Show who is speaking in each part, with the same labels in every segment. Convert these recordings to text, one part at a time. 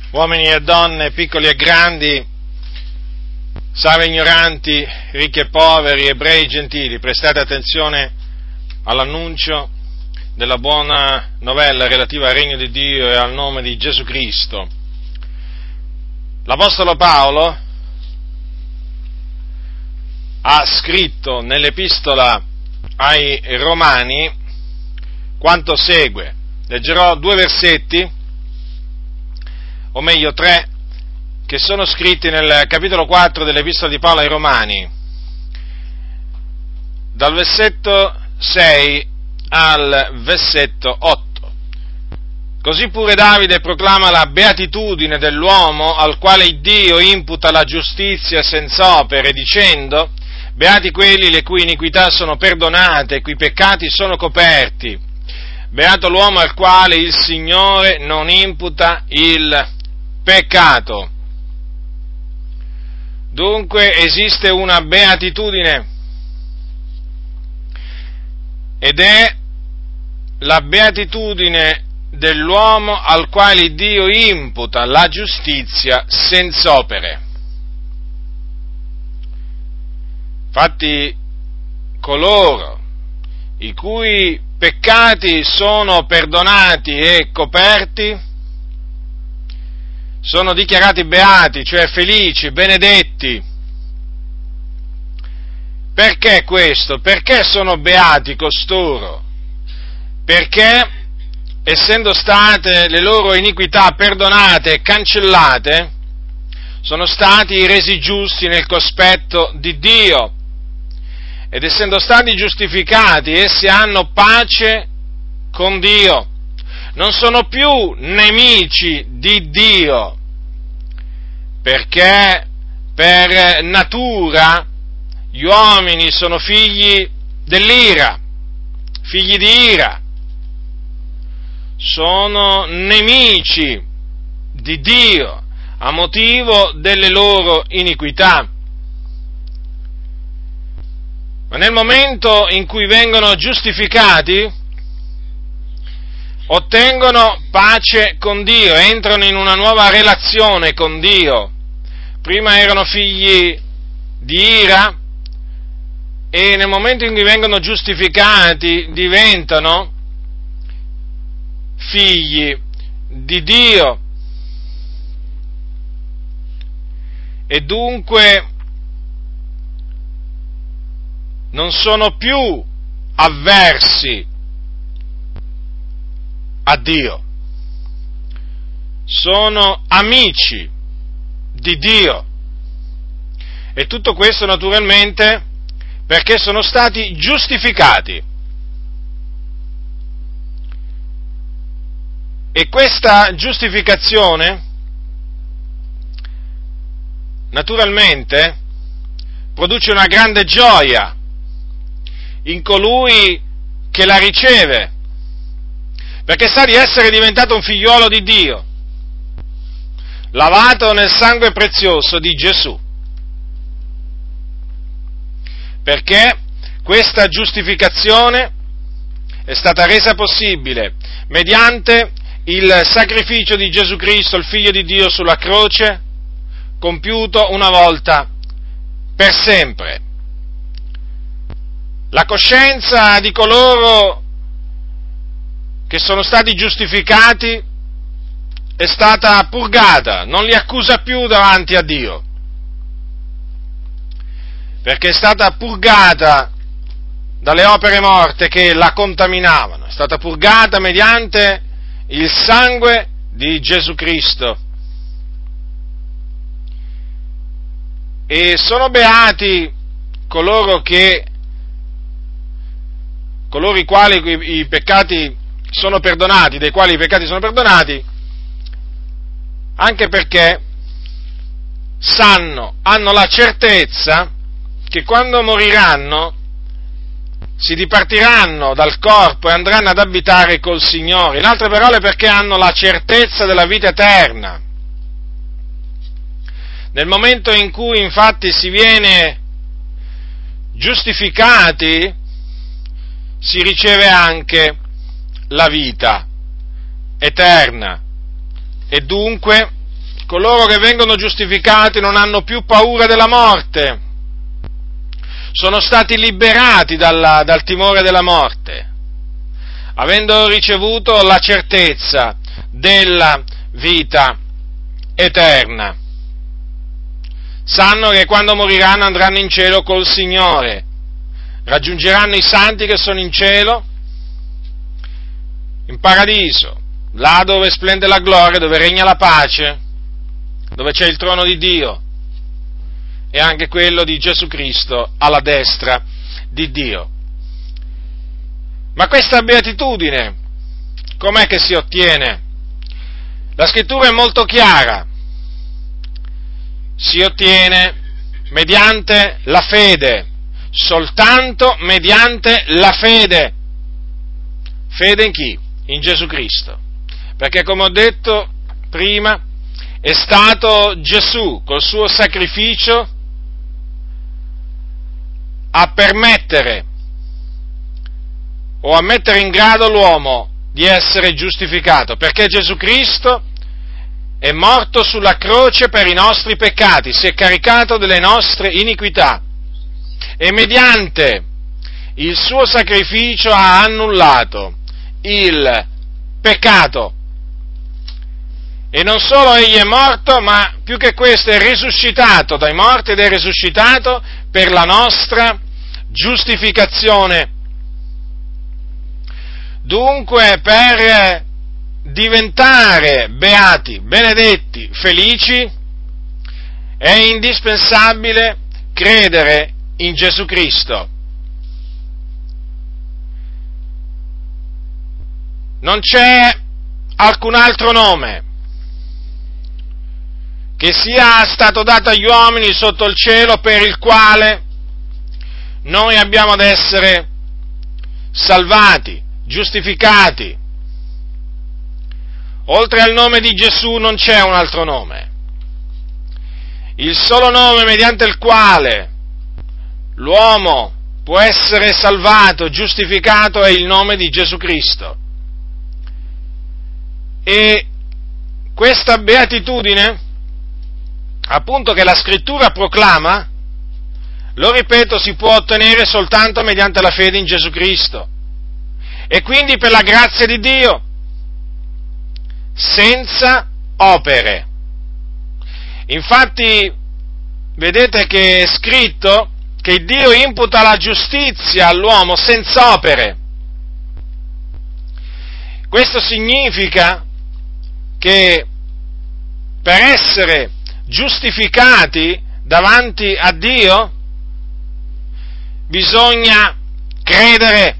Speaker 1: uomini e donne, piccoli e grandi, savi e ignoranti, ricchi e poveri, ebrei e gentili, prestate attenzione all'annuncio della buona novella relativa al regno di Dio e al nome di Gesù Cristo. L'Apostolo Paolo ha scritto nell'Epistola ai Romani quanto segue. Leggerò 2 versetti, o meglio 3, che sono scritti nel capitolo 4 dell'Epistola di Paolo ai Romani, dal versetto 6 al versetto 8. Così pure Davide proclama la beatitudine dell'uomo al quale Dio imputa la giustizia senza opere, dicendo: beati quelli le cui iniquità sono perdonate e cui peccati sono coperti. Beato l'uomo al quale il Signore non imputa il peccato. Dunque esiste una beatitudine, ed è la beatitudine dell'uomo al quale Dio imputa la giustizia senza opere. Infatti coloro i cui peccati sono perdonati e coperti sono dichiarati beati, cioè felici, benedetti. Perché questo? Perché sono beati costoro? Perché, essendo state le loro iniquità perdonate e cancellate, sono stati resi giusti nel cospetto di Dio. Ed essendo stati giustificati, essi hanno pace con Dio. Non sono più nemici di Dio, perché per natura gli uomini sono figli dell'ira, figli di ira, sono nemici di Dio a motivo delle loro iniquità. Ma nel momento in cui vengono giustificati, ottengono pace con Dio, entrano in una nuova relazione con Dio. Prima erano figli di ira e nel momento in cui vengono giustificati diventano figli di Dio. E dunque non sono più avversi a Dio, sono amici di Dio. E tutto questo naturalmente perché sono stati giustificati. E questa giustificazione naturalmente produce una grande gioia in colui che la riceve, perché sa di essere diventato un figliuolo di Dio, lavato nel sangue prezioso di Gesù. Perché questa giustificazione è stata resa possibile mediante il sacrificio di Gesù Cristo, il Figlio di Dio, sulla croce, compiuto una volta per sempre. La coscienza di coloro che sono stati giustificati è stata purgata, non li accusa più davanti a Dio, perché è stata purgata dalle opere morte che la contaminavano, è stata purgata mediante il sangue di Gesù Cristo. E sono beati coloro i quali i peccati sono perdonati, dei quali i peccati sono perdonati, anche perché hanno la certezza che quando moriranno si dipartiranno dal corpo e andranno ad abitare col Signore. In altre parole, perché hanno la certezza della vita eterna. Nel momento in cui infatti si viene giustificati, si riceve anche la vita eterna, e dunque coloro che vengono giustificati non hanno più paura della morte, sono stati liberati dal timore della morte, avendo ricevuto la certezza della vita eterna. Sanno che quando moriranno andranno in cielo col Signore, raggiungeranno i santi che sono in cielo, in paradiso, là dove splende la gloria, dove regna la pace, dove c'è il trono di Dio e anche quello di Gesù Cristo alla destra di Dio. Ma questa beatitudine, com'è che si ottiene? La Scrittura è molto chiara. Si ottiene mediante la fede, soltanto mediante la fede. Fede in chi? In Gesù Cristo. Perché, come ho detto prima, è stato Gesù col suo sacrificio a permettere o a mettere in grado l'uomo di essere giustificato, perché Gesù Cristo è morto sulla croce per i nostri peccati, si è caricato delle nostre iniquità e mediante il suo sacrificio ha annullato il peccato. E non solo egli è morto, ma più che questo è risuscitato dai morti ed è risuscitato per la nostra giustificazione. Dunque, per diventare beati, benedetti, felici, è indispensabile credere in Gesù Cristo. Non c'è alcun altro nome che sia stato dato agli uomini sotto il cielo per il quale noi abbiamo ad essere salvati, giustificati. Oltre al nome di Gesù non c'è un altro nome. Il solo nome mediante il quale l'uomo può essere salvato, giustificato, è il nome di Gesù Cristo. E questa beatitudine, appunto, che la Scrittura proclama, lo ripeto, si può ottenere soltanto mediante la fede in Gesù Cristo. E quindi per la grazia di Dio, senza opere. Infatti, vedete che è scritto che Dio imputa la giustizia all'uomo senza opere. Questo significa che per essere giustificati davanti a Dio bisogna credere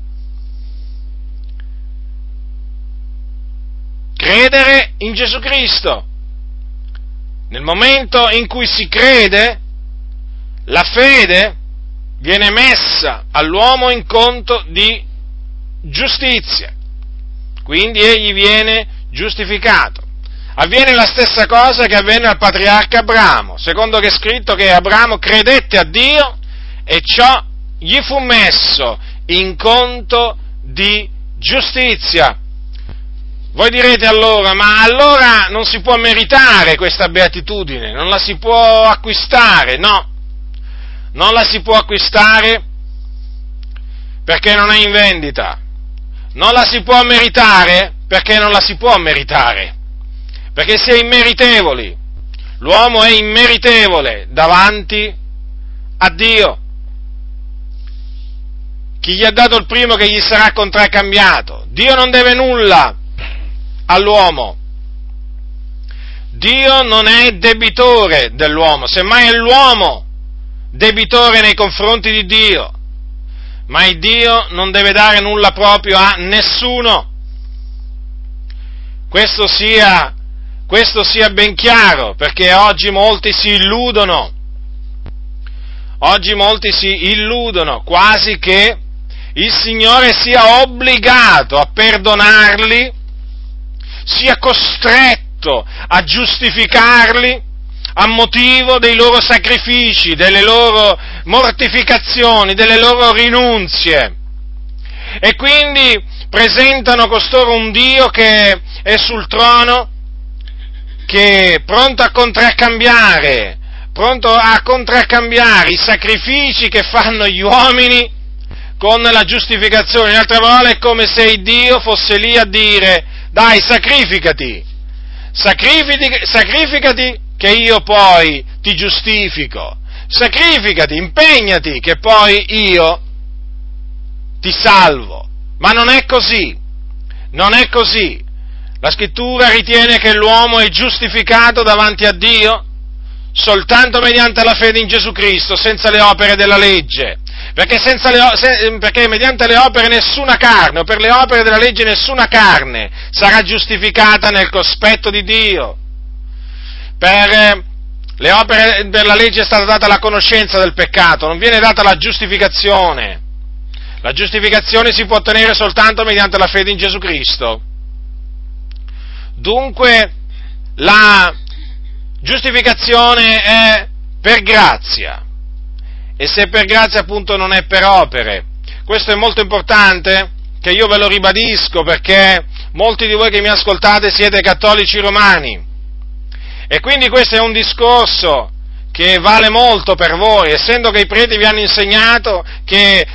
Speaker 1: in Gesù Cristo. Nel momento in cui si crede, la fede viene messa all'uomo in conto di giustizia, quindi egli viene giustificato. Avviene la stessa cosa che avvenne al patriarca Abramo, secondo che è scritto che Abramo credette a Dio e ciò gli fu messo in conto di giustizia. Voi direte allora, ma allora non si può meritare questa beatitudine, non la si può acquistare? No, non la si può acquistare perché non è in vendita, non la si può meritare perché non la si può meritare, perché si è immeritevoli, l'uomo è immeritevole davanti a Dio. Chi gli ha dato il primo che gli sarà contraccambiato? Dio non deve nulla all'uomo. Dio non è debitore dell'uomo, semmai è l'uomo debitore nei confronti di Dio, ma il Dio non deve dare nulla proprio a nessuno. Questo sia ben chiaro, perché oggi molti si illudono quasi che il Signore sia obbligato a perdonarli, sia costretto a giustificarli a motivo dei loro sacrifici, delle loro mortificazioni, delle loro rinunzie. E quindi presentano costoro un Dio che è sul trono, pronto a contraccambiare i sacrifici che fanno gli uomini con la giustificazione. In altre parole, è come se il Dio fosse lì a dire: dai, sacrificati che io poi ti giustifico, sacrificati, impegnati che poi io ti salvo. Ma non è così. La Scrittura ritiene che l'uomo è giustificato davanti a Dio soltanto mediante la fede in Gesù Cristo, senza le opere della legge, perché mediante le opere nessuna carne, o per le opere della legge nessuna carne sarà giustificata nel cospetto di Dio. Per le opere della legge è stata data la conoscenza del peccato, non viene data la giustificazione. La giustificazione si può ottenere soltanto mediante la fede in Gesù Cristo. Dunque, la giustificazione è per grazia, e se è per grazia appunto non è per opere. Questo è molto importante, che io ve lo ribadisco, perché molti di voi che mi ascoltate siete cattolici romani, e quindi questo è un discorso che vale molto per voi, essendo che i preti vi hanno insegnato che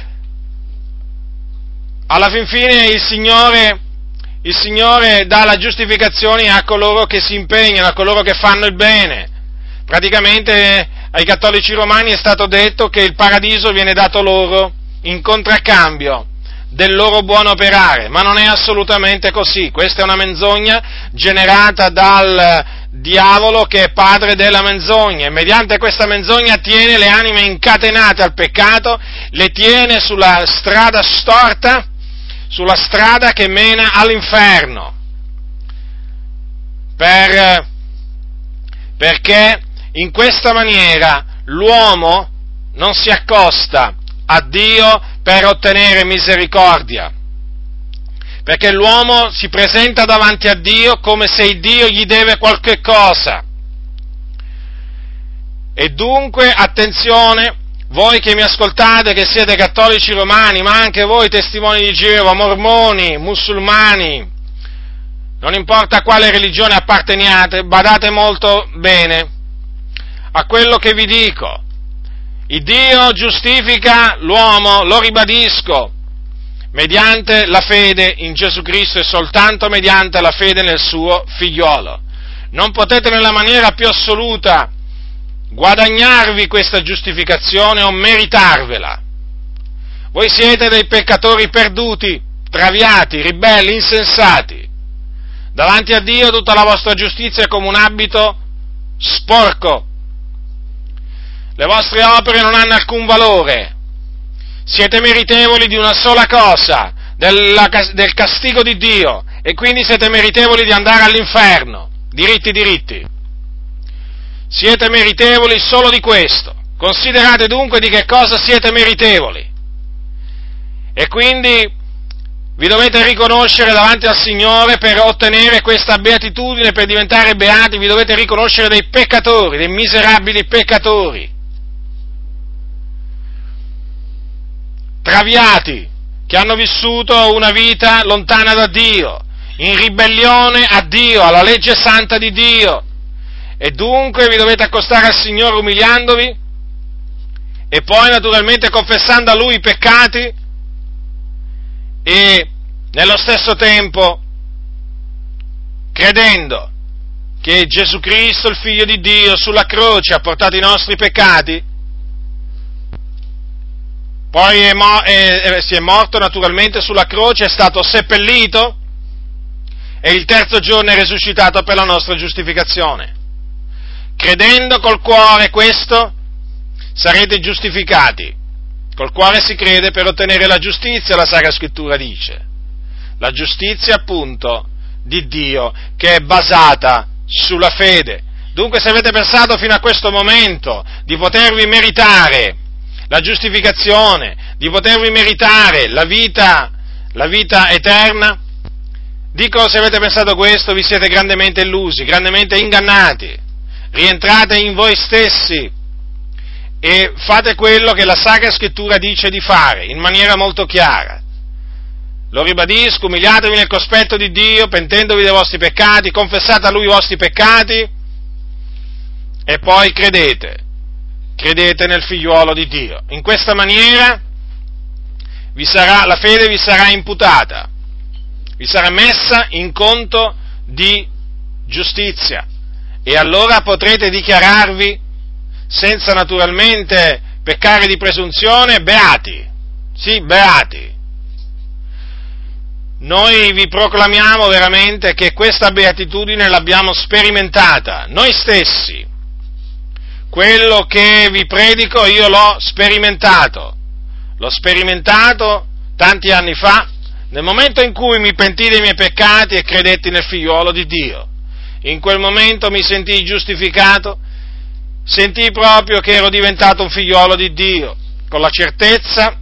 Speaker 1: alla fin fine il Signore dà la giustificazione a coloro che si impegnano, a coloro che fanno il bene. Praticamente ai cattolici romani è stato detto che il paradiso viene dato loro in contraccambio del loro buon operare, ma non è assolutamente così. Questa è una menzogna generata dal diavolo, che è padre della menzogna, e mediante questa menzogna tiene le anime incatenate al peccato, le tiene sulla strada storta, sulla strada che mena all'inferno, perché in questa maniera l'uomo non si accosta a Dio per ottenere misericordia, perché l'uomo si presenta davanti a Dio come se il Dio gli deve qualche cosa. E dunque, attenzione, voi che mi ascoltate, che siete cattolici romani, ma anche voi testimoni di Geova, mormoni, musulmani, non importa a quale religione apparteniate, badate molto bene a quello che vi dico. Il Dio giustifica l'uomo, lo ribadisco, mediante la fede in Gesù Cristo e soltanto mediante la fede nel suo figliolo. Non potete nella maniera più assoluta guadagnarvi questa giustificazione o meritarvela. Voi siete dei peccatori perduti, traviati, ribelli, insensati. Davanti a Dio tutta la vostra giustizia è come un abito sporco. Le vostre opere non hanno alcun valore. Siete meritevoli di una sola cosa, del castigo di Dio, e quindi siete meritevoli di andare all'inferno, diritti. Siete meritevoli solo di questo. Considerate dunque di che cosa siete meritevoli. E quindi vi dovete riconoscere davanti al Signore per ottenere questa beatitudine, per diventare beati, vi dovete riconoscere dei peccatori, dei miserabili peccatori, traviati, che hanno vissuto una vita lontana da Dio, in ribellione a Dio, alla legge santa di Dio. E dunque vi dovete accostare al Signore umiliandovi e poi naturalmente confessando a Lui i peccati e nello stesso tempo credendo che Gesù Cristo, il Figlio di Dio, sulla croce ha portato i nostri peccati, poi si è morto naturalmente sulla croce, è stato seppellito e il terzo giorno è risuscitato per la nostra giustificazione. Credendo col cuore questo, sarete giustificati. Col cuore si crede per ottenere la giustizia, la Sacra Scrittura dice. La giustizia, appunto, di Dio, che è basata sulla fede. Dunque, se avete pensato fino a questo momento di potervi meritare la giustificazione, di potervi meritare la vita eterna, dico, se avete pensato questo, vi siete grandemente illusi, grandemente ingannati. Rientrate in voi stessi e fate quello che la Sacra Scrittura dice di fare, in maniera molto chiara. Lo ribadisco, umiliatevi nel cospetto di Dio, pentendovi dei vostri peccati, confessate a Lui i vostri peccati e poi credete nel figliuolo di Dio. In questa maniera la fede vi sarà imputata, vi sarà messa in conto di giustizia e allora potrete dichiararvi, senza naturalmente peccare di presunzione, beati. Sì, beati. Noi vi proclamiamo veramente che questa beatitudine l'abbiamo sperimentata noi stessi. Quello che vi predico io l'ho sperimentato tanti anni fa, nel momento in cui mi pentii dei miei peccati e credetti nel figliuolo di Dio. In quel momento mi sentii giustificato, sentii proprio che ero diventato un figliuolo di Dio, con la certezza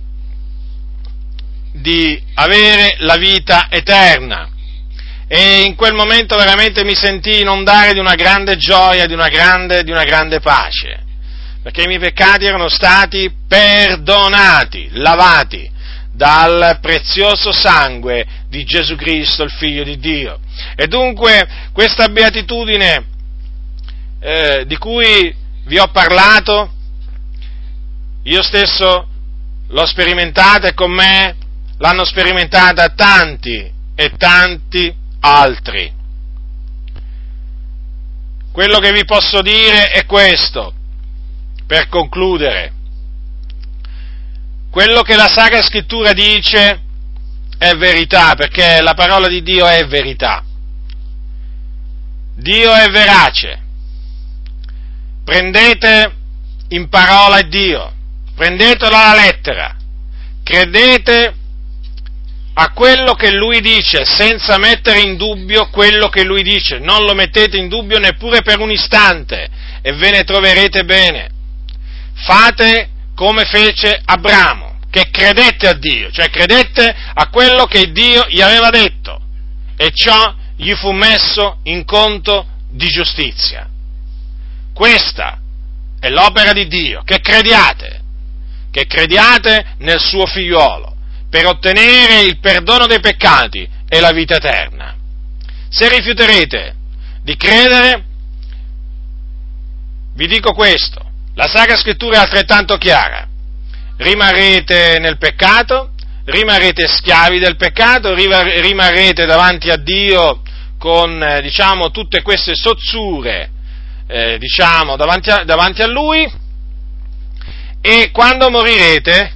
Speaker 1: di avere la vita eterna. E in quel momento veramente mi sentii inondare di una grande gioia, di una grande pace, perché i miei peccati erano stati perdonati, lavati dal prezioso sangue di Gesù Cristo, il Figlio di Dio. E dunque questa beatitudine di cui vi ho parlato, io stesso l'ho sperimentata e con me l'hanno sperimentata tanti e tanti altri. Quello che vi posso dire è questo, per concludere. Quello che la Sacra Scrittura dice è verità, perché la parola di Dio è verità. Dio è verace. Prendete in parola Dio, prendetelo alla lettera, credete a quello che Lui dice, senza mettere in dubbio quello che Lui dice, non lo mettete in dubbio neppure per un istante e ve ne troverete bene. Fate come fece Abramo, che credette a Dio, cioè credette a quello che Dio gli aveva detto, e ciò gli fu messo in conto di giustizia. Questa è l'opera di Dio, che crediate nel suo figliuolo, per ottenere il perdono dei peccati e la vita eterna. Se rifiuterete di credere, vi dico questo, la Sacra Scrittura è altrettanto chiara: rimarrete nel peccato, rimarrete schiavi del peccato, rimarrete davanti a Dio con, tutte queste sozzure, davanti a Lui, e quando morirete,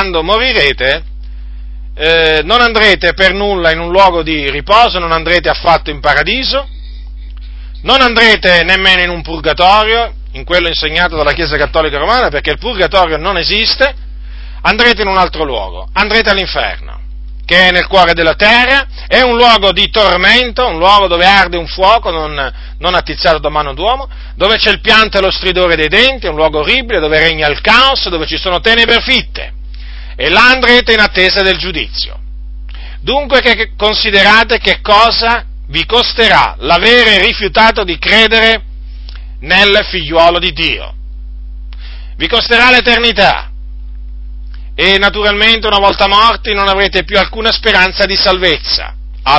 Speaker 1: non andrete per nulla in un luogo di riposo, non andrete affatto in paradiso, non andrete nemmeno in un purgatorio, in quello insegnato dalla Chiesa Cattolica Romana, perché il purgatorio non esiste. Andrete in un altro luogo, andrete all'inferno, che è nel cuore della terra, è un luogo di tormento, un luogo dove arde un fuoco non attizzato da mano d'uomo, dove c'è il pianto e lo stridore dei denti, è un luogo orribile, dove regna il caos, dove ci sono tenebre fitte, e là andrete in attesa del giudizio. Dunque considerate che cosa vi costerà l'avere rifiutato di credere nel figliuolo di Dio. Vi costerà l'eternità. E naturalmente una volta morti non avrete più alcuna speranza di salvezza,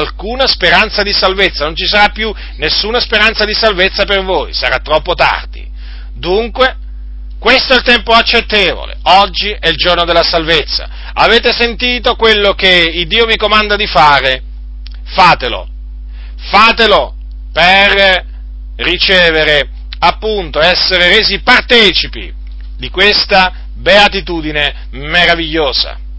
Speaker 1: non ci sarà più nessuna speranza di salvezza per voi, sarà troppo tardi. Dunque, questo è il tempo accettevole, oggi è il giorno della salvezza. Avete sentito quello che il Dio vi comanda di fare? Fatelo per ricevere, appunto, essere resi partecipi di questa beatitudine meravigliosa.